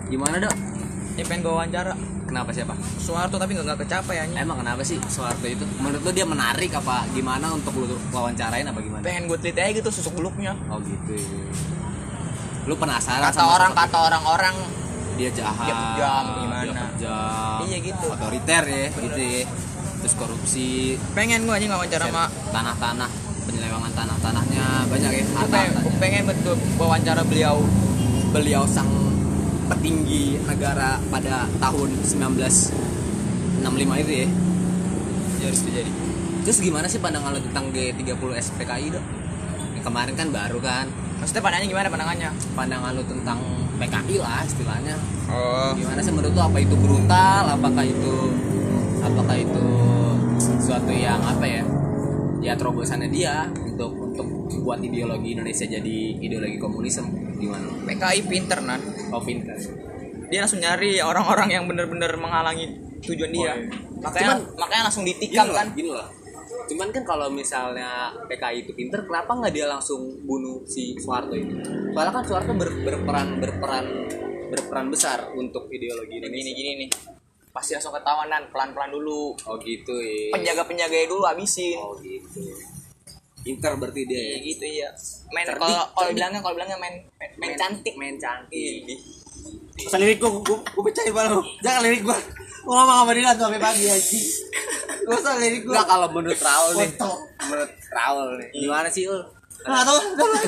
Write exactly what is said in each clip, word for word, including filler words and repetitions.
Gimana Dok? Dia pengen gue wawancara Kenapa siapa? Soeharto tapi nggak nggak kecapai ya. Emang kenapa sih Soeharto itu? Menurut lu dia menarik apa gimana untuk lu wawancarain apa gimana? Pengen gue teliti aja gitu susuk beluknya. Oh gitu. Lu penasaran Kata orang kata orang-orang dia jahat, dia kejam gimana? Dia kejam, iya gitu. Otoriter ya, gitu ya. Terus korupsi. Pengen gue aja nggak wawancara sama tanah-tanah, penyelewangan tanah-tanahnya banyak ya. Gue pengen, pengen betul wawancara beliau. Beliau sang petinggi negara pada tahun sembilan belas enam puluh lima itu ya. Jadi itu jadi. Terus gimana sih pandangan lo tentang G tiga puluh S P K I Dok? Yang kemarin kan baru kan. Maksudnya pandangannya gimana pandangannya? Pandangan lo tentang P K I lah istilahnya. Oh. Gimana sih menurut lo, apa itu brutal? Apakah itu apakah itu sesuatu yang apa ya? Ya terobosannya dia untuk untuk buat ideologi Indonesia jadi ideologi komunisme. Gimana? P K I pinter nan. Oh pinter. Dia langsung nyari orang-orang yang benar-benar menghalangi tujuan dia. Oh, iya. Makanya Cuman, makanya langsung ditikam gini kan. Loh, gini loh. Cuman kan kalau misalnya P K I itu pinter, kenapa nggak dia langsung bunuh si Soeharto itu? Soalnya kan Soeharto ber, berperan berperan berperan besar untuk ideologi Indonesia. Gini-gini nih. Pasti langsung ketahuan nan, pelan-pelan dulu. Oh gitu ya. Penjaga-penjaganya dulu habisin. Oh gitu. Pinter berarti dia. Iya gitu ya. Main Cerdik, kalau kalau cerdik. bilangnya kalau bilangnya main main, main cantik. Main cantik. Masa lirik gua, gua, gua pecahin malu. Jangan lirik gua. Gua ngomong sama dia sampai pagi aja. Gua usah lirik gua. Enggak, kalau menurut Raul nih. Foto. Menurut Raul nih. Gimana sih Ul? Enggak tahu.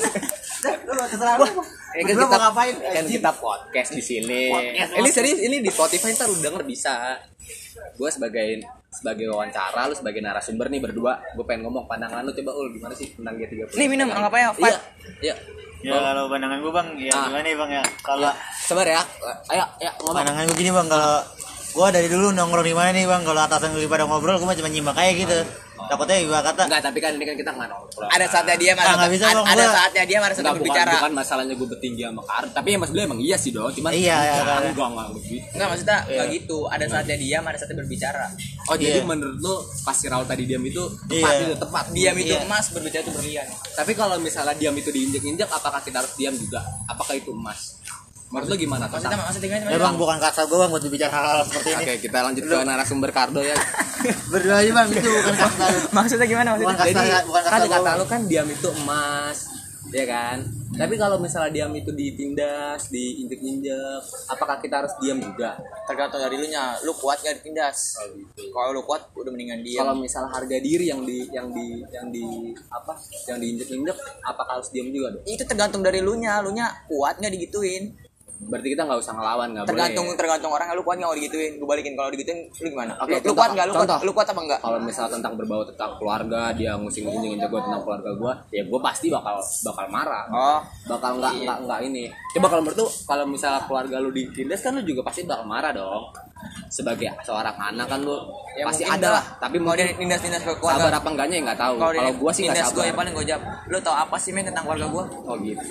Udah terserah lu. Eh, kan Berdua kita mau ngapain? Kan kita podcast di sini. Podcast, Ini serius, ini di Spotify ntar lu denger bisa. Gue sebagai sebagai wawancara, lu sebagai narasumber nih berdua, gue pengen ngomong pandangan lu, coba Ul gimana sih tentang G tiga puluh. Nih minum anggap aja. Iya. Iya. Ya kalau pandangan gua Bang, ya Ah. gimana nih Bang ya? Kalau Sabar ya. Ayo, ayo ngomong. pandangan gua gini Bang, kalau gua dari dulu nongkrong di mana nih Bang, kalau atasan gue pada ngobrol gua cuma nyimak aja gitu. Takutnya ibarat kata Enggak, tapi kan ini kan kita enggak nongkrong. Ada saatnya dia Ah, nggak bisa, ada, Bang, ada gua- saatnya dia harus Enggak, bukan, berbicara. bukan masalahnya gue bertinggi sama Karin, tapi yang maksudnya emang iya sih dong, cuman Iya, iya, enggak, iya. enggak, enggak begitu. Enggak maksudnya Iya. enggak gitu. Ada saatnya dia, ada saatnya berbicara. Oh, jadi Iya. menurut lu pas si Raul tadi diam itu Iya. tepat itu, tepat. Diam itu Iya. emas, berbicara itu berlian. Tapi kalau misalnya diam itu diinjek-injek, apakah kita harus diam juga? Apakah itu emas? Menurut lu gimana? Maksudnya Tentang- maksudnya gimana? ya Bang, bukan kata gua Bang buat berbicara hal-hal seperti ini. Oke, kita lanjut ke narasumber Kardo ya. Berdua aja Bang, itu bukan kata. Maksudnya gimana Bukan maksudnya? kata, Jadi bukan kan kata kata gua. lu kan diam itu emas, ya kan? Tapi kalau misalnya diam itu ditindas, diinjek-injek, apakah kita harus diam juga? Tergantung dari lu nya. Lu kuat enggak ditindas? Kalau lu kuat udah mendingan diam. Kalau misalnya harga diri yang di yang di yang di apa? Yang diinjek-injek, apakah harus diam juga dong? Itu tergantung dari lu nya. Lu nya kuat enggak digituin? Berarti kita nggak usah ngelawan, nggak boleh. Tergantung Ya? tergantung orang, lu kuat enggak mau digituin? Gue balikin kalau digituin lu gimana? Oke, lu, lu contoh- kuat enggak? Lu kuat, contoh. lu kuat apa enggak? Kalau misalnya tentang berbau tentang keluarga, dia ngusing-ngusing injek gue tentang keluarga gue, ya gue pasti bakal bakal marah. Oh, Bakal nggak Iya. nggak nggak ini. Coba kalau menurut lu, kalau misalnya keluarga lu ditindas kan lu juga pasti bakal marah dong. Sebagai seorang anak kan lu ya pasti mungkin ada lah. gua- Tapi kalau mungkin dia nindas-nindas ke sabar keluarga. apa enggaknya ya nggak tahu. Kalau Kalau dia gue sih nggak nindas sabar. gue ya paling gue jawab. Lu tau apa sih men tentang keluarga gue? Oh gitu.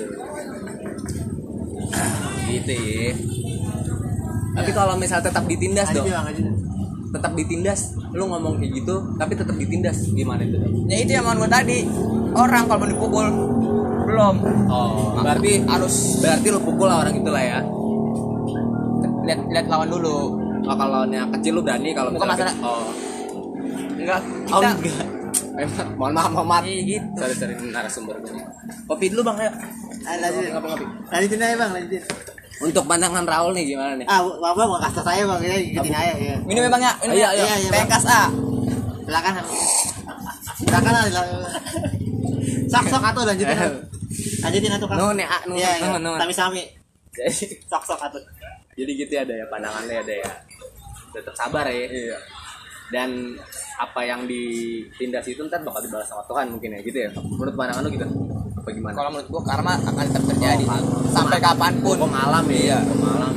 Gitu ya. Tapi kalau misalnya tetap ditindas Aja dong, bilang aja. tetap ditindas, lu ngomong kayak gitu, tapi tetap ditindas, gimana itu? Dong? Ya itu yang mau gue tadi. Orang kalau mau dipukul belum. Oh, berarti harus berarti lu pukul lah orang itu lah ya. lihat lihat lawan dulu. Oh, kalau lawannya kecil lu berani, kalau Bukan misalnya masalah- kecil- Oh, Enggak. oh Kita enggak. Memang, mohon maaf, mohon maaf. Iya, gitu. Sorry, sorry, narasumber gue. Kopi dulu bang ya. Ayo lanjutin. Ngopi, ngopi. Lanjutin aja Bang, lanjutin. Untuk pandangan Raul nih gimana nih? Ah, Bang, Bang, mau kasih saya Bang, ya ikutin aja ya. minum ya bang ya. Minum Iya, ya. iya, iya, Pengkas A. Silakan. Silakan lah. silakan. Sok-sok atau lanjutin. Eh. Lanjutin atau Kang. Nun ya, ah, nun, Iya, iya. nun, nun. Sami-sami. Jadi, Sok-sok atau. jadi gitu ya, ada ya pandangannya ada ya. Tetap sabar ya. Iya. Dan apa yang ditindas itu ntar bakal dibalas sama Tuhan mungkin ya gitu ya. Menurut pandangan lu gitu? Apa gimana? Kalau menurut gua karma akan tetap terjadi Oh, kan. sampai kapanpun. Hukum alam ya, Iya. hukum alam.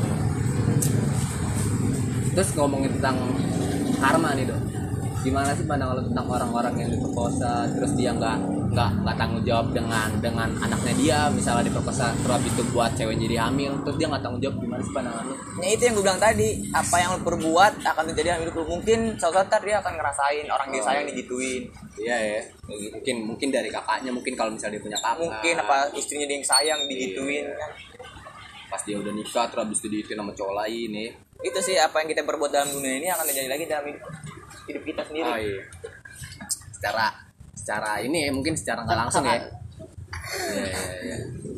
Terus ngomongin tentang karma nih dong. Gimana sih pandangan lo tentang orang-orang yang diperkosa, terus dia nggak nggak nggak tanggung jawab dengan dengan anaknya dia, misalnya diperkosa terus itu buat cewek jadi hamil, terus dia nggak tanggung jawab, gimana sih pandangan lo? Ya itu yang gue bilang tadi, apa yang lo perbuat akan terjadi dalam hidup lo. Mungkin suatu saat dia akan ngerasain orang dia sayang digituin. Iya ya, mungkin mungkin dari kakaknya, mungkin kalau misalnya dia punya kakak. Mungkin apa istrinya dia yang sayang digituin kan. Pas dia udah nikah terus habis itu diitin sama cowok lain nih. Itu sih apa yang kita perbuat dalam dunia ini akan terjadi lagi dalam hidup, hidup kita sendiri. Oh, iya. Secara secara ini ya, mungkin secara nggak langsung ya. Iya iya iya.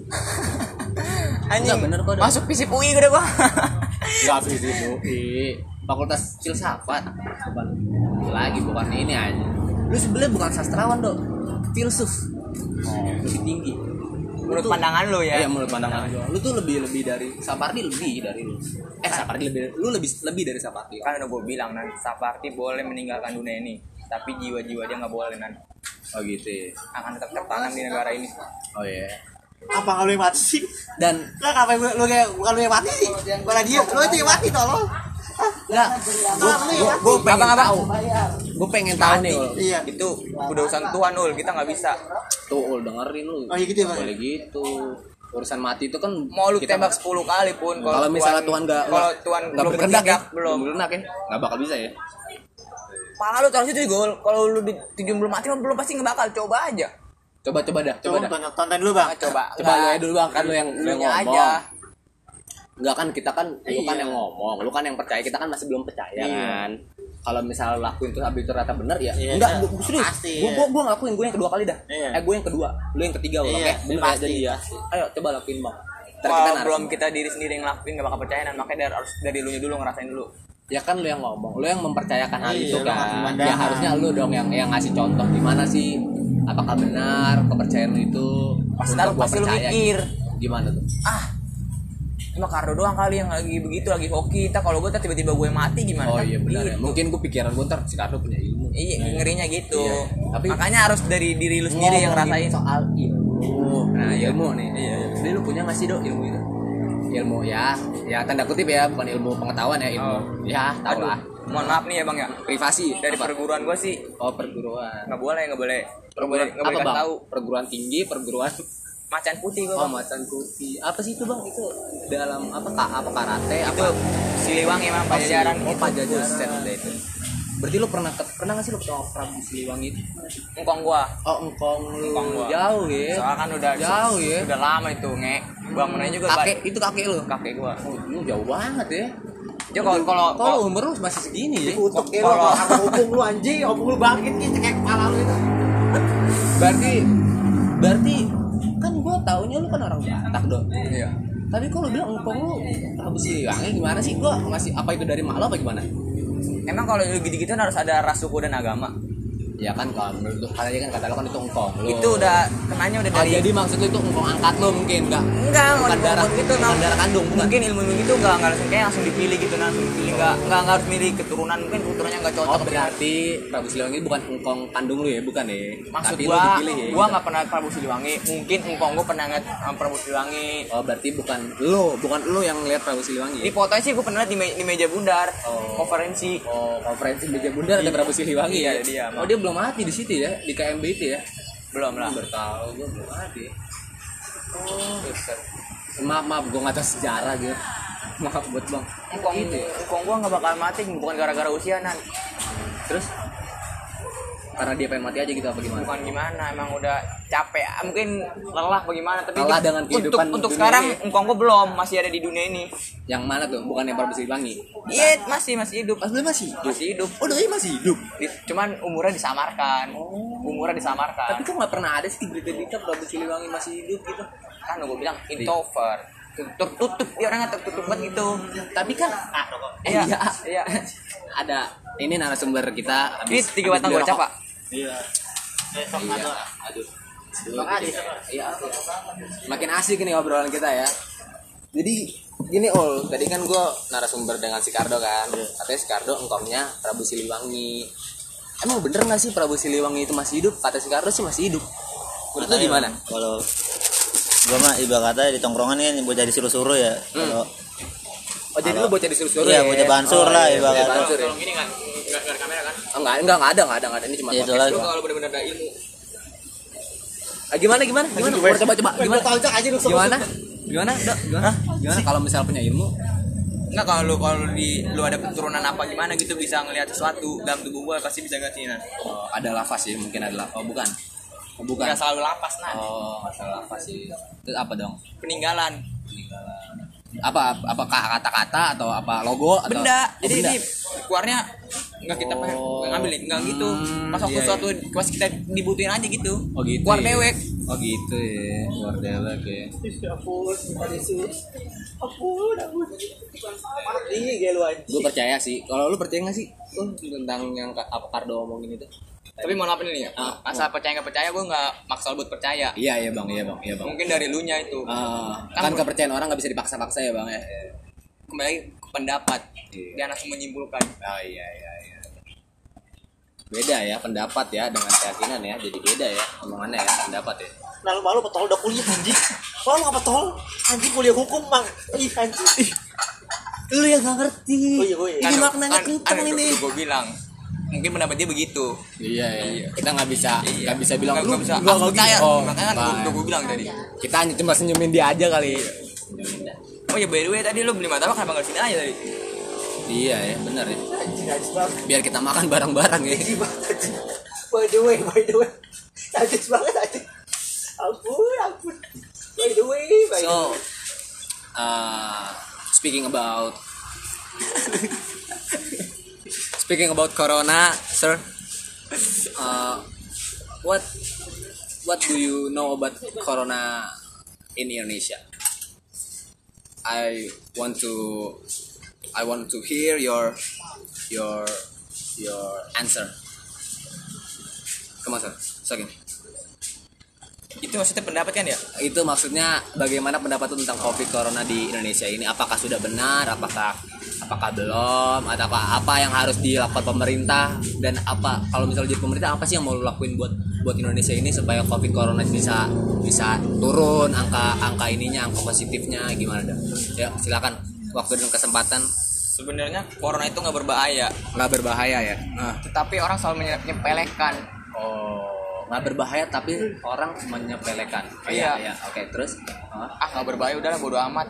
Anjing, bener kok. masuk P S I P U I udah gua. Enggak bisa itu. Fakultas filsafat. Bukan lagi bukan ini aja. Lu sebenarnya bukan sastrawan, Dok. Filsuf. Oh, lebih tinggi. Menurut pandangan lu ya. Iya, menurut pandangan lu. Lu tuh lebih lebih dari Sapardi lebih dari lu. Eh, Sapardi lebih lu lebih lebih dari Sapardi. Kan udah gue bilang nanti Sapardi boleh meninggalkan dunia ini, tapi jiwa-jiwa dia nggak boleh nanti. Oh gitu ya. Akan tetap tertanam di negara ini. Oh iya. Apa kalau yang mati sih? Dan Lah ngapain gue lu kayak bukan lu yang mati sih? Bukan dia, lu itu yang mati tolong. enggak gua gua, gua pengen tahu. Gua pengen tahu nih, Ul. Iya. Itu udah urusan Tuhan ul, kita nggak bisa. Tuh, Ul, dengerin lu. Oh, iya gitu ya, Bang? Boleh gitu. Urusan mati itu kan Mau lu kita tembak sepuluh kali pun kalau misalnya Tuhan enggak kalau Tuhan enggak belum berkehendak ya, bertindak, belum. berkehendak ya, enggak bakal bisa ya. Pala lu taruh situ gol. Kalau lu di tujuan belum mati belum pasti nggak bakal. Coba aja. Coba coba dah, coba Coba dah. tonton, tonton dulu, Bang. Nah, coba. Coba lu aja dulu, Bang, kan lu yang lu yang Lunya ngomong. aja. Enggak kan kita kan lu kan Iya. yang ngomong, lu kan yang percaya, kita kan masih belum percaya Iya. kan. Kalau misalnya lu lakuin terus habis itu ternyata benar ya. Iya, Enggak, iya. gua serius. Pasti, Gua iya. gua gua ngelakuin, gua yang kedua kali dah. Iya. Eh, gua yang kedua, lu yang ketiga, oke? Iya, Bener ya pasti, jadi ya. pasti. Ayo coba lakuin, Bang. Ntar Kalau narasi. belum kita diri sendiri ngelakuin nggak bakal percaya, dan makanya dari, harus dari lu dulu ngerasain dulu. Ya kan lu yang ngomong, lu yang mempercayakan hal Iya, itu lu kan. ngasih Ya pandangan. harusnya lu dong yang yang ngasih contoh gimana sih, apakah benar kepercayaan lu itu Pasti untuk lu- gua pasti lu percaya mikir. gitu. Gimana tuh? Ah, cuma Kardo doang kali yang lagi begitu, lagi hoki. Kita kalau gue tiba-tiba gue mati gimana? Oh kan? iya benar ya. Gitu. Mungkin gua pikiran gua ntar si Kardo punya ilmu. Iya, ngerinya gitu. Iya, tapi- makanya harus dari diri lu sendiri yang Ngomongin ngerasain. soal ilmu. Nah, Iya. ilmu nih. Iya, iya. Jadi lu punya nggak sih, Dok, ilmu itu? Ilmu ya, ya tanda kutip ya, bukan ilmu pengetahuan ya, ilmu. Oh. Ya, tau Aduh, lah. mohon maaf nih ya bang ya. Privasi Dari apa? perguruan gue sih Oh, perguruan. nggak boleh, nggak boleh, nggak boleh, Perguruan nggak apa, boleh Bang? kasih tahu. Perguruan tinggi, perguruan Macan putih gue. Oh, macan putih. Apa sih itu, Bang? Itu dalam apa Kak? Apa karate? Itu Apa? Siliwangi emang Pajajaran. Oh, gitu. Pajajaran. Buset, udah itu. Berarti lu pernah ket- pernah nggak sih lu ketemu Prabu Siliwangi itu? Engkong gua. Oh, engkong lu. Engkong gua. Jauh ya. Soalnya kan udah jauh ya. Udah lama itu nge. Bangunannya juga Kakek itu kakek lu. kakek gua. Oh, lu jauh banget ya. Dia kalau kalau Kalau umur lu masih segini ya. Kutuk ya lo, Kalau- sama opung lu anjing, opung lu bangkit gitu kayak kepala lu itu. Berarti berarti kan gua taunya lu kan orang Batak, Dok. iya. Tapi kalau bilang engkong lu Prabu Siliwangi gimana sih? Gua masih apa itu dari mak lu apa gimana? Emang kalau gitu-gitu harus ada ras suku dan agama. Ya kan kalau menurut lu kan aja kan kata lu kan itu engkong lu. Itu udah kenanya udah Oh, dari jadi maksud lu itu engkong angkat lu mungkin enggak? enggak Bukan bukan darah- darah gitu bukan darah kandung, bukan? mungkin ilmu-ilmu gitu enggak enggak langsung kayak langsung dipilih gitu nah, langsung dipilih enggak enggak enggak harus milih keturunan, mungkin keturunannya enggak cocok. Oh, berarti Prabu Siliwangi bukan engkong kandung lu ya, bukan ya? maksud Tapi gua lu dipilih ya. gua enggak pernah Prabu Siliwangi, mungkin engkong gua pernah ngeliat sama Prabu Siliwangi. Oh, berarti bukan lu, bukan lu yang lihat Prabu Siliwangi. Di Ya? fotonya sih gua pernah liat di, me- di meja bundar Oh. konferensi. Oh, konferensi meja bundar ada Prabu Siliwangi Iya, ya? ada dia, Oh, dia belum mati di situ ya, di K M B itu ya? Belum lah. Bertahu gua belum mati. Oh, maaf maaf gua nggak tahu sejarah gitu. Maaf buat bang. Engkong Gitu ya? engkong gua enggak bakal mati bukan gara-gara usia nan. Terus karena dia pengen mati aja gitu apa gimana? Bukan gimana, emang udah capek, mungkin lelah bagaimana, tapi Lelah di- dengan untuk kehidupan untuk dunia sekarang ini. engkong gua belum, masih ada di dunia ini. Yang mana tuh? Bukan yang Prabu Siliwangi. Iya, masih masih hidup. Mas masih hidup. Masih hidup. Oh, doi masih hidup. Di- cuman umurnya disamarkan. Umurnya disamarkan. Tapi kok nggak pernah ada sih berita-berita Prabu Siliwangi masih hidup gitu. Kan gue bilang introvert. Tertutup dia orangnya tertutup banget gitu. Tapi kan ah, eh, Iya, iya, iya. ada ini narasumber kita Ini habis tiga batang habis beli gocap, rokok. Pak. Iya. Eh, sok Iya, ada. aduh. Makasih. Iya. Makin asik ini obrolan kita ya. Jadi gini Ol, tadi kan gue narasumber dengan si Kardo kan. Katanya si Kardo engkongnya Prabu Siliwangi. Emang bener nggak sih Prabu Siliwangi itu masih hidup? Kata si Kardo sih masih hidup. Menurut lu Makanya, gimana? Kalau gua mah ibarat kata di tongkrongan kan buat jadi suruh-suruh ya. Kalau Oh jadi lu bocah disuruh-suruh Iya, ya? bocah bansur lah, iya, ibarat. bocah bansur ya. Ini kan enggak ada kamera kan? Oh, enggak, enggak, enggak ada, enggak ada, enggak ada. Ini cuma Iya, podcast. itulah. Lu kalau benar-benar ada ilmu. Ah, gimana gimana? Gimana? Coba coba coba gimana? Tahu aja lu Gimana? Gimana? Dok, gimana? Gimana kalau misal punya ilmu? Enggak, kalau lu kalau di lu ada keturunan apa gimana gitu bisa ngelihat sesuatu dalam tubuh gua pasti bisa gantiin. Oh, ada lafaz sih, mungkin ada lafaz. Oh, bukan. Oh, bukan. Enggak selalu lapas nah. Oh, masalah lafaz sih. Itu apa dong? Peninggalan. Peninggalan. Apa apakah kata-kata atau apa logo atau Benda. Oh, Jadi benda. ini keluarnya nggak kita Oh. ngambil nih, nggak gitu. Hmm, Pas waktu iya, suatu pas kita dibutuhin aja gitu. Oh gitu. Keluar ya. dewek. Oh gitu ya. Keluar dewek ya. Ampun, bukan Yesus. Ampun, ampun. Ini gaya lu anjing. Gue percaya sih. Kalau lu percaya nggak sih tuh tentang yang Ka- apa Kardo omongin itu? Tapi mau apa nih ya? Ah, Asal percaya nggak percaya gue nggak maksa buat percaya. Iya iya bang, iya bang, iya bang. Mungkin dari lu nya itu. Ah, Kan- kan kepercayaan orang nggak bisa dipaksa-paksa ya bang ya. Kembali lagi ke pendapat. Iya. Dia langsung menyimpulkan. Oh iya iya iya. Beda ya pendapat ya dengan keyakinan ya. Jadi beda ya omongannya ya pendapat ya. Nah, lu malu petol udah kuliah anjing. Malu nggak petol? Anjing kuliah hukum, Mang. Ih, anjing. Lu yang nggak ngerti. Oh iya, oh iya. Ini maknanya kenceng ini. Gue bilang. Mungkin pendapat dia begitu. Iya ya. Kita nggak bisa nggak bisa bilang Nggak- lu nggak bisa. nggak Aku nggak percaya. gitu. Oh, Makanya kan baik. gue bilang tadi. Kita hanya cuma senyumin dia aja kali. Oh ya by the way tadi lu beli martabak kenapa nggak sini aja tadi? Iya ya benar ya. Anjing najis banget. Biar kita makan bareng-bareng ya. Anjing banget, anjing. By the way, by the way. Najis banget anjing. Ampun, ampun. By the way, by the So, way. uh, speaking about speaking about corona, sir, uh, what what do you know about corona in Indonesia? I want to I want to hear your your your answer. Come on, sir. Second. Itu maksudnya pendapat kan ya? Itu maksudnya bagaimana pendapat lu tentang Covid Corona di Indonesia ini? Apakah sudah benar? Apakah apakah belum? Atau apa, apa yang harus dilakukan pemerintah? Dan apa kalau misalnya jadi pemerintah apa sih yang mau lu lakuin buat buat Indonesia ini supaya Covid Corona bisa bisa turun angka angka ininya, angka positifnya gimana dah? Ya silakan waktu dan kesempatan. Sebenarnya corona itu nggak berbahaya, Nggak berbahaya ya? Nah. tetapi orang selalu menye- menyepelekan. Oh, nggak berbahaya tapi orang menyepelekan. Iya. iya. Oke, terus? Hah? Ah nggak berbahaya udahlah bodo amat.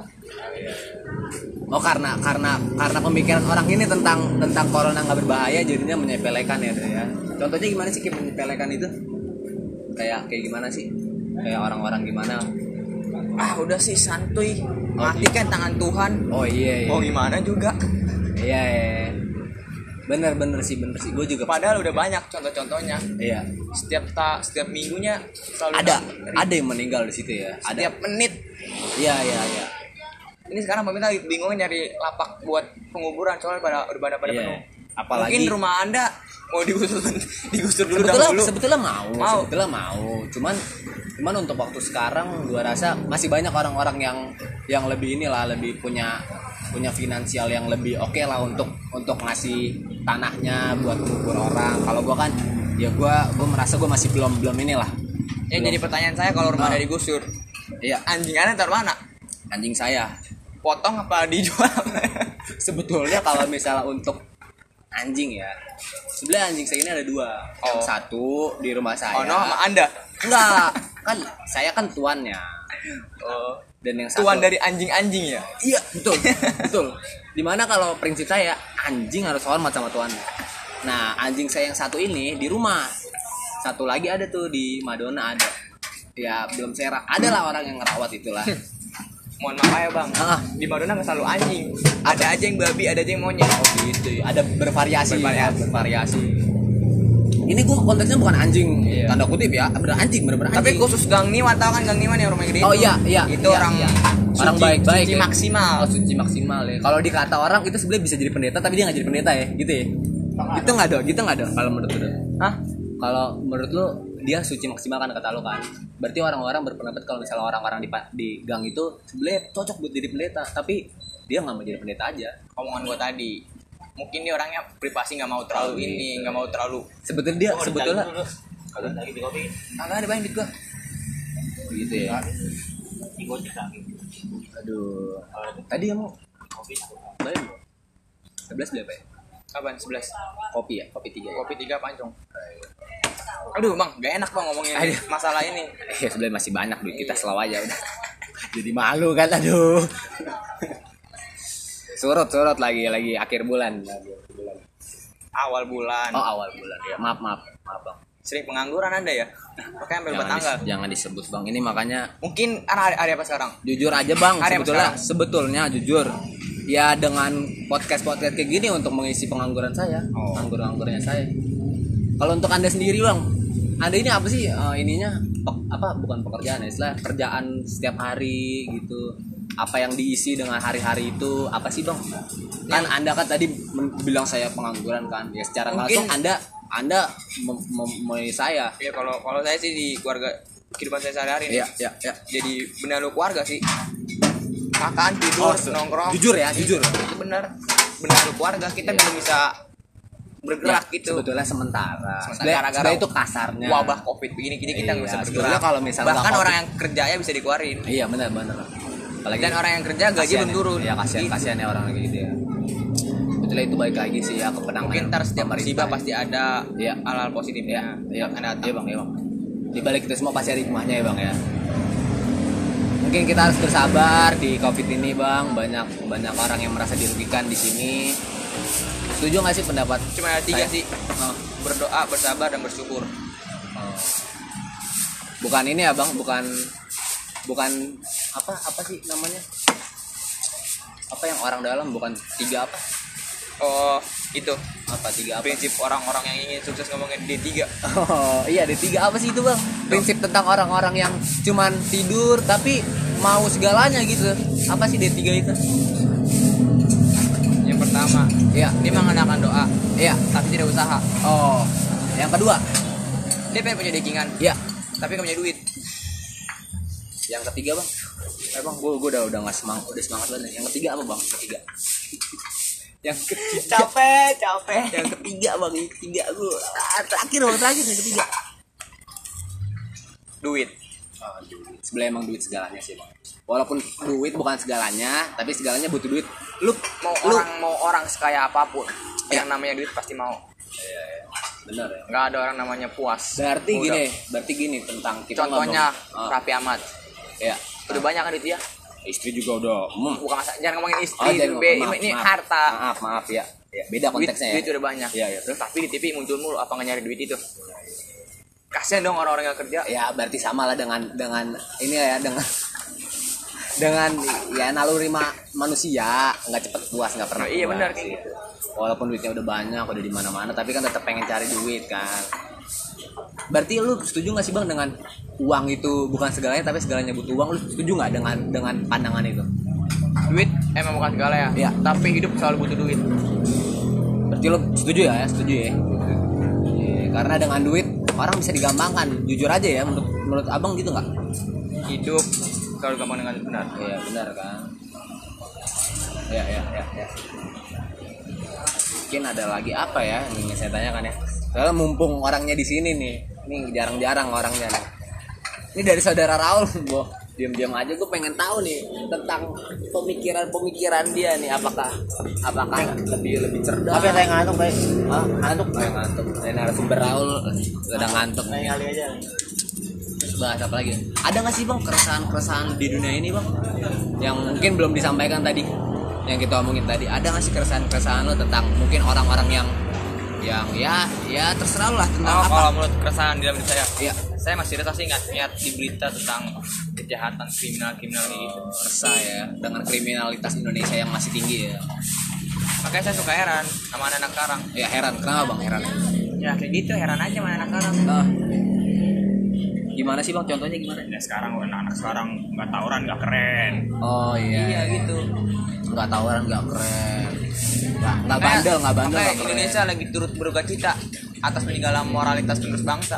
Oh karena karena karena pemikiran orang ini tentang tentang corona nggak berbahaya jadinya menyepelekan ya, ya. Contohnya gimana sih kayak menyepelekan itu? Kayak kayak gimana sih? Kayak orang-orang gimana? Ah udah sih santuy, mati kan tangan Tuhan. Oh iya iya. Mau gimana juga. Iya iya. Bener bener sih bener sih. Gue juga. Padahal udah banyak contoh-contohnya. Iya. Setiap ta, setiap minggunya selalu Ada ada yang meninggal di situ ya. Ada. setiap menit. Iya iya iya. Ini sekarang pemerintah lagi bingung nyari lapak buat penguburan soalnya pada udah pada pada Iya. penuh. Apalagi Mungkin rumah Anda mau digusur digusur dulu sebetulnya dahulu. sebetulnya mau, Mau. sebetulnya mau cuman cuman untuk waktu sekarang gua rasa masih banyak orang-orang yang yang lebih inilah lebih punya punya finansial yang lebih oke okay lah untuk untuk ngasih tanahnya buat kubur orang. Kalau gua kan ya gua gua merasa gua masih belum belum inilah. Ya jadi pertanyaan saya kalau rumah Ah. Anda digusur, Iya, anjing Anda taruh mana? anjing saya. Potong apa dijual? Sebetulnya kalau misalnya untuk anjing ya, sebenarnya anjing saya ini ada dua. Yang Oh. satu di rumah saya. Oh no, sama Anda. Enggak, kan saya kan tuannya. Oh. Dan yang satu Tuan dari anjing-anjing ya? Iya, betul. Betul. Dimana kalau prinsip saya anjing harus hormat sama tuannya. Nah, anjing saya yang satu ini di rumah. Satu lagi ada tuh di Madonna ada. Ya, belum saya ra- ada lah orang yang ngerawat itulah. Mohon maaf ya bang, Ah. di Madonna nggak selalu anjing. Ada aja yang babi, ada aja yang monyet. Oh gitu. Ada bervariasi. Bervariasi. bervariasi. Ini gua konteksnya bukan anjing Iya. tanda kutip ya, bener anjing, bener-bener Tapi anjing. khusus Gang Niwan, tahu kan Gang Niwan yang rumah gede Oh itu? iya, iya. Itu iya, orang iya. orang suci- baik-baik. suci ya. maksimal. Oh, suci maksimal ya. Kalau dikata orang itu sebenarnya bisa jadi pendeta tapi dia nggak jadi pendeta ya, gitu ya. Itu nggak ada, gitu nggak ada kalau menurut lu. Hah? Kalau menurut lu dia suci maksimal kan kata lu kan. Berarti orang-orang berpendapat kalau misalnya orang-orang di pa- di gang itu sebenarnya cocok buat jadi pendeta, tapi dia nggak mau jadi pendeta aja. Omongan gua tadi. Mungkin dia orangnya privasi nggak mau terlalu Oh, ini, gitu. nggak mau terlalu. Sebetulnya dia sebetulnya Kalau lagi di kopi, Kagak ada banyak duit gua. gitu ya. di gojek lagi. Aduh. Tadi yang mau Kopi. bayar belum? sebelas beli apa ya? Kapan? sebelas. Kopi ya, kopi tiga. Ya? Kopi tiga pancong. Aduh bang, gak enak bang ngomongin Aduh. masalah ini. Eh, sebenarnya masih banyak duit kita selalu aja udah. Jadi malu kan, aduh. Surut surut lagi lagi akhir bulan. Lagi akhir bulan. Awal bulan. Oh awal bulan ya. Maaf maaf maaf bang. Sering pengangguran Anda ya? Makanya sampai jangan, bertanggal. dis- jangan disebut bang, ini makanya Mungkin karena hari, hari apa sekarang? jujur aja bang, Hari apa sebetulnya sekarang? sebetulnya jujur ya dengan podcast podcast kayak gini untuk mengisi pengangguran saya, Oh. pengangguran-penganggurannya saya. Kalau untuk anda sendiri bang, anda ini apa sih eh, ininya pe- apa bukan pekerjaan ya, istilah kerjaan setiap hari gitu, apa yang diisi dengan hari-hari itu apa sih bang? Kan anda kan tadi men- bilang saya pengangguran kan, ya secara Mungkin- langsung anda anda mem- mem- memulai saya. Ya kalau kalau saya sih di keluarga kehidupan saya sehari-hari nih, Iya iya iya. jadi benar keluarga sih. Makan, tidur, Oh, se- nongkrong. jujur ya, jujur. Itu benar. Benar keluarga kita belum bisa bergerak Ya, gitu. sebetulnya sementara. Sementara Sebenarnya gara-gara sebenarnya itu kasarnya. Wabah Covid begini gini kita nggak Iya, bisa sebetulnya bergerak. kalau misalnya Bahkan nggak orang Covid- yang kerja ya bisa dikeluarin. Iya benar benar. Apalagi Dan orang yang kerja gaji kasihan belum ya. turun. Iya kasihan Gitu. kasihan ya orang kayak gitu ya. Sebetulnya itu baik lagi sih ya ke penanganan. Mungkin ntar setiap pemerintah musibah ya. pasti ada Iya. hal-hal positifnya. Iya, Akan datang. iya bang, iya bang. Di balik itu semua pasti ada hikmahnya ya bang ya. Mungkin kita harus bersabar di Covid ini bang. Banyak banyak orang yang merasa dirugikan di sini. Setuju nggak sih pendapat? Cuma ada tiga saya? sih. Oh. Berdoa, bersabar, dan bersyukur. Oh. Bukan ini ya bang, bukan bukan apa apa sih namanya? Apa yang orang dalam bukan tiga apa? Oh, itu Apa tiga apa? prinsip orang-orang yang ingin sukses ngomongin D tiga. Oh iya D tiga apa sih itu bang? Prinsip tentang orang-orang yang cuman tidur tapi mau segalanya gitu. Apa sih D tiga itu? Yang pertama, Iya, dia mengandalkan doa, iya. tapi tidak usaha. Oh, yang kedua? Dia pengen punya dekingan, Iya. tapi gak punya duit. Yang ketiga bang? Eh bang, gue gue udah udah nggak semangat, udah semangat banget. Yang ketiga apa bang? Ketiga. Yang ketiga. Capek, capek. Yang ketiga bang, yang ketiga gue ah, terakhir bang, terakhir yang ketiga. Duit. Oh, duit. Sebenarnya emang duit segalanya sih bang. Walaupun duit bukan segalanya, tapi segalanya butuh duit. Lu Mau lu, orang mau orang sekaya apapun, Ya. yang namanya duit pasti mau. bener ya. Nggak ada orang namanya puas. Berarti Udah. gini, berarti gini tentang kita Contohnya ngomong, ah, Raffi Ahmad. ya Udah banyak kan duit dia? istri juga udah. Hmm. Bukan masa, jangan ngomongin Oh, istri, jangan be- ngomong, maaf, ini maaf. harta. Maaf, maaf ya. Ya, beda Duit, konteksnya ya. duit udah banyak. Iya, iya. Terus Tapi di T V muncul mulu apa nggak nyari duit itu? Kasian dong orang-orang yang kerja. ya berarti sama lah dengan dengan ini ya dengan dengan ya naluri ma- manusia nggak cepet puas nggak pernah Oh, iya, puas benar, kayak gitu. Walaupun duitnya udah banyak udah di mana-mana tapi kan tetap pengen cari duit kan. Berarti lu setuju nggak sih bang dengan uang itu bukan segalanya tapi segalanya butuh uang? Lu setuju nggak dengan dengan pandangan itu? Duit emang bukan segala ya. Iya. Tapi hidup selalu butuh duit. Berarti lu setuju ya? Setuju ya? Iya, karena dengan duit orang bisa digampangkan. Jujur aja ya menurut menurut abang gitu nggak? Hidup selalu gampang dengan benar. Iya benar kan. Ya ya ya ya. Mungkin ada lagi apa ya yang ingin saya tanyakan ya. Soalnya mumpung orangnya di sini nih, ini jarang-jarang orangnya nih. Ini dari saudara Raul, boh. Diam-diam aja gue pengen tahu nih tentang pemikiran-pemikiran dia nih. Apakah apakah lebih lebih cerdas? Tapi saya ngantuk baik. Ah, ngantuk, kayak ngantuk. Saya narasumber Raul udah ngantuk. Lain kali aja. Terus bahas apa lagi? Ada nggak sih bang keresahan-keresahan di dunia ini bang? Yang mungkin belum disampaikan tadi, yang kita omongin tadi. Ada nggak sih keresahan-keresahan lo tentang mungkin orang-orang yang yang ya ya terserah lo lah tentang Oh, apa? kalau menurut keresahan di dalam hidup saya, Iya. saya masih resah sih nggak lihat di berita tentang kejahatan kriminal-kriminal kayak gitu. Resah ya dengan kriminalitas Indonesia yang masih tinggi ya. Makanya saya suka heran sama anak-anak sekarang. Ya heran, kenapa bang heran? Ya kayak gitu, heran aja sama anak sekarang. Nah, gimana sih bang? Contohnya gimana? Ya sekarang anak-anak sekarang nggak tawuran nggak keren. Oh iya. Iya gitu. Nggak tawaran nggak keren. Nggak nggak Makanya- bandel nggak bandel makanya nggak keren. Indonesia lagi turut berduka cita atas peninggalan moralitas penerus bangsa.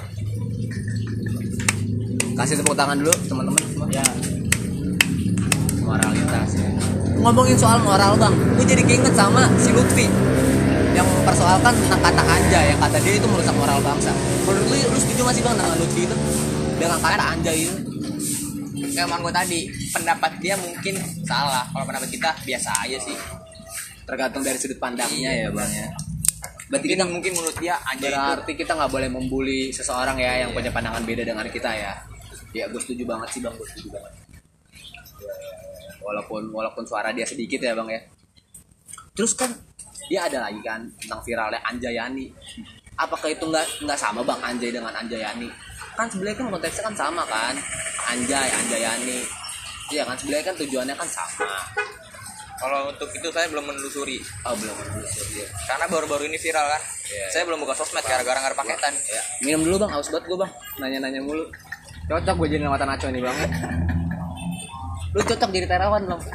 Kasih tepuk tangan dulu teman-teman semua. Ya. Moralitas ya. Ngomongin soal moral bang, gue jadi keinget sama si Lutfi yang mempersoalkan tentang kata anjay, yang kata dia itu merusak moral bangsa. Menurut lu, lu setuju gak sih bang dengan Lutfi itu? Dengan kata anjay itu? Kayak omongan gue tadi, pendapat dia mungkin salah. Kalau pendapat kita biasa aja sih. Tergantung dari sudut pandangnya ya bang ya. Berarti Mungkin, kita mungkin menurut dia anjay itu berarti kita nggak boleh membuli seseorang ya yang punya pandangan beda dengan kita ya. Ya gue setuju banget sih bang, gue setuju banget. Ya, ya, ya. Walaupun walaupun suara dia sedikit ya bang ya. Terus kan dia ada lagi kan tentang viralnya Anjayani. Apakah itu nggak nggak sama bang Anjay dengan Anjayani? kan sebenarnya kan konteksnya kan sama kan, Anjay, Anjayani, iya kan sebenarnya kan tujuannya kan sama. Kalau untuk itu saya belum menelusuri. Oh belum menelusuri. Karena baru-baru ini viral kan. Iya. Saya belum buka sosmed gara-gara nggak ada paketan. Ya, minum dulu bang, haus banget gue bang, nanya-nanya mulu. Cocok gue jadi mata naco nih bang. Lu cocok jadi terawan belum?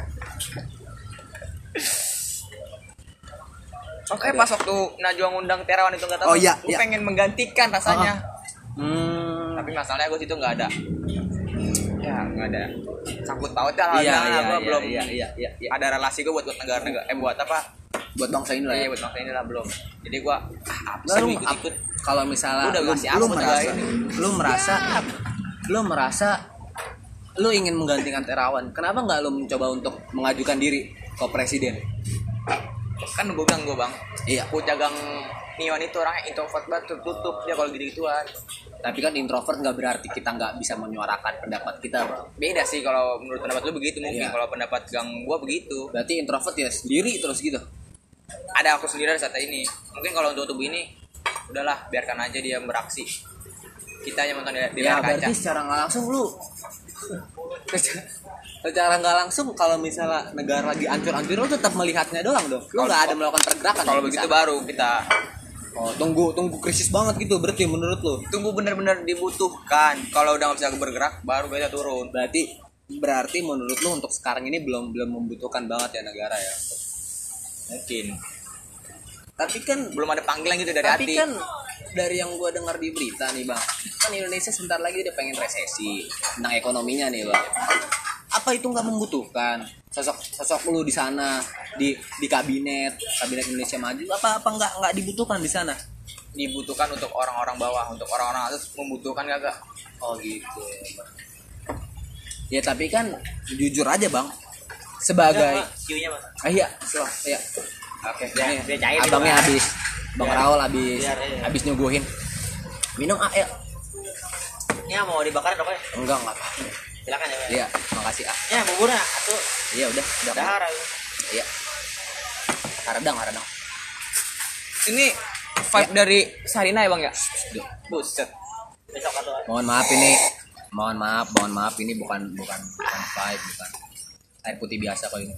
Oke, pas waktu Najwa ngundang Terawan itu nggak tahu. Oh, iya, gue iya. pengen menggantikan rasanya. Hmm. Tapi masalahnya gue situ nggak ada. Ya nggak ada. Sangkut pautnya lah. Iya, Nah, iya, gua iya, belum iya, iya, iya, iya. ada relasi gue buat buat negara-negara. Eh buat apa? Buat bangsa ini lah. Iya Ya. buat bangsa ini lah belum. Jadi gue ah, apa sih Lu, lu ikut-ikut. kalau misalnya Lu udah lu, ngasih apa lu buat merasa, negara ini? lu merasa, lu merasa, lu ingin menggantikan Terawan. Kenapa nggak lu mencoba untuk mengajukan diri ke presiden? Kan gue bilang gue bang. Iya. Aku jagang Niwan itu orangnya introvert banget, tertutup dia kalau gitu-gituan. Tapi kan introvert nggak berarti kita nggak bisa menyuarakan pendapat kita, bang. Beda sih kalau menurut pendapat lu begitu mungkin. Iya. Kalau pendapat gang gue begitu. Berarti introvert ya sendiri terus gitu. Ada aku sendiri saat ini. Mungkin kalau untuk tubuh ini udahlah biarkan aja dia beraksi. Kita hanya menonton di, di Ya layar kaca. berarti secara nggak langsung lu, secara nggak langsung kalau misalnya negara lagi ancur-ancur lu tetap melihatnya doang dong. Lu nggak ada melakukan pergerakan. Kalau di begitu sana. baru kita Oh, tunggu tunggu krisis banget gitu berarti menurut lu. tunggu benar-benar dibutuhkan. Kalau udah nggak bisa bergerak baru kita turun. Berarti berarti menurut lu untuk sekarang ini belum belum membutuhkan banget ya negara ya. Mungkin. Tapi kan Belum ada panggilan gitu dari tapi hati. kan dari yang gua dengar di berita nih bang, kan Indonesia sebentar lagi dia pengen resesi tentang ekonominya nih bang. Apa itu nggak membutuhkan sosok sosok lu di sana di di kabinet kabinet Indonesia Maju? Apa apa nggak nggak dibutuhkan di sana? Dibutuhkan untuk orang-orang bawah, untuk orang-orang atas membutuhkan kagak? Oh gitu ya bang. Ya tapi kan jujur aja bang, sebagai Q-nya Mas. ah, iya so, iya oke Biar- ini biar cair abangnya juga. habis bang Biar- Raul habis biar, iya. habis nyuguhin minum ah ya Ini mau dibakar apa ya? enggak enggak Silakan ya. iya makasih ah Ya buburnya atau iya udah udah dahar. iya haradang haradang Ini vibe dari Sarina ya bang ya? Duh. Buset. Besok atau mohon maaf ini mohon maaf mohon maaf ini bukan bukan bukan vibe bukan air putih biasa kok ini.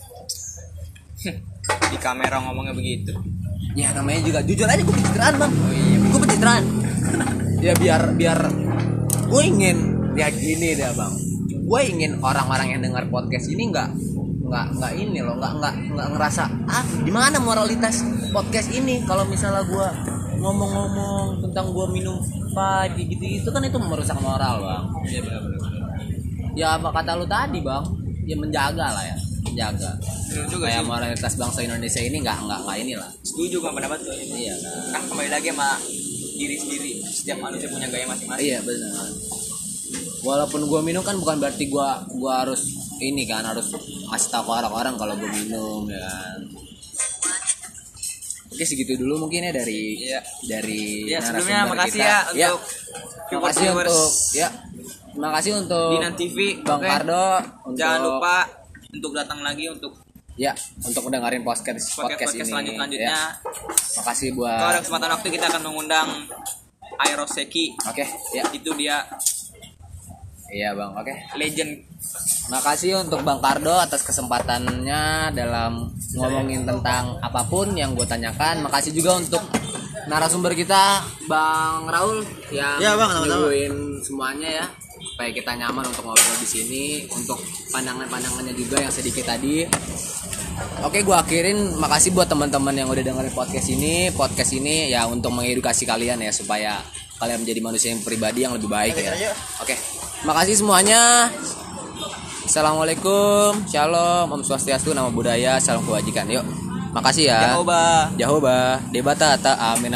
di kamera ngomongnya begitu. Ya namanya juga jujur aja gue pencitraan bang. Oh iya. Gue pencitraan. Ya biar biar gue ingin ya gini deh bang. Gue ingin orang-orang yang dengar podcast ini nggak nggak nggak ini loh nggak nggak nggak ngerasa ah gimana moralitas podcast ini kalau misalnya gue ngomong-ngomong tentang gue minum padi gitu itu kan itu merusak moral bang. Iya benar-benar. Ya apa kata lu tadi bang? Ya menjaga lah ya menjaga. Benar juga Kayak sih. moralitas bangsa Indonesia ini nggak nggak nggak inilah. Setuju sama pendapat gue. Iya kan. Kan kembali lagi sama diri sendiri. Setiap manusia punya gaya masing-masing. Iya benar. Walaupun gue minum kan bukan berarti gue gua harus ini kan harus ngasih tahu ke orang-orang kalau gue minum ya kan. Oke segitu dulu mungkin ya dari Iya. dari Ya narasumber sebelumnya makasih kita. ya Ya, untuk makasih viewers untuk ya terima kasih untuk Dinan T V. Bang Oke. Kardo untuk, Jangan lupa untuk datang lagi untuk ya untuk dengerin podcast podcast, podcast ini. selanjut selanjutnya. Ya, makasih buat Kalau ada kesempatan waktu kita akan mengundang Aeroseki. oke ya Itu dia iya bang oke. legend. Makasih untuk Bang Kardo atas kesempatannya dalam ngomongin tentang apapun yang gue tanyakan. Makasih juga untuk narasumber kita Bang Raul yang Ya, Bang, sama-sama. nyuguhin semuanya ya supaya kita nyaman untuk ngobrol di sini. Untuk pandangan-pandangannya juga yang sedikit tadi. Oke, gue akhirin. Makasih buat teman-teman yang udah dengerin podcast ini. Podcast ini ya untuk mengedukasi kalian ya supaya kalian menjadi manusia yang pribadi yang lebih baik ya. Oke, makasih semuanya. Assalamualaikum, shalom, om swastiastu, nama budaya, salam kebajikan. Yuk, makasih ya. Jehovah. Jehovah, debata ta amin.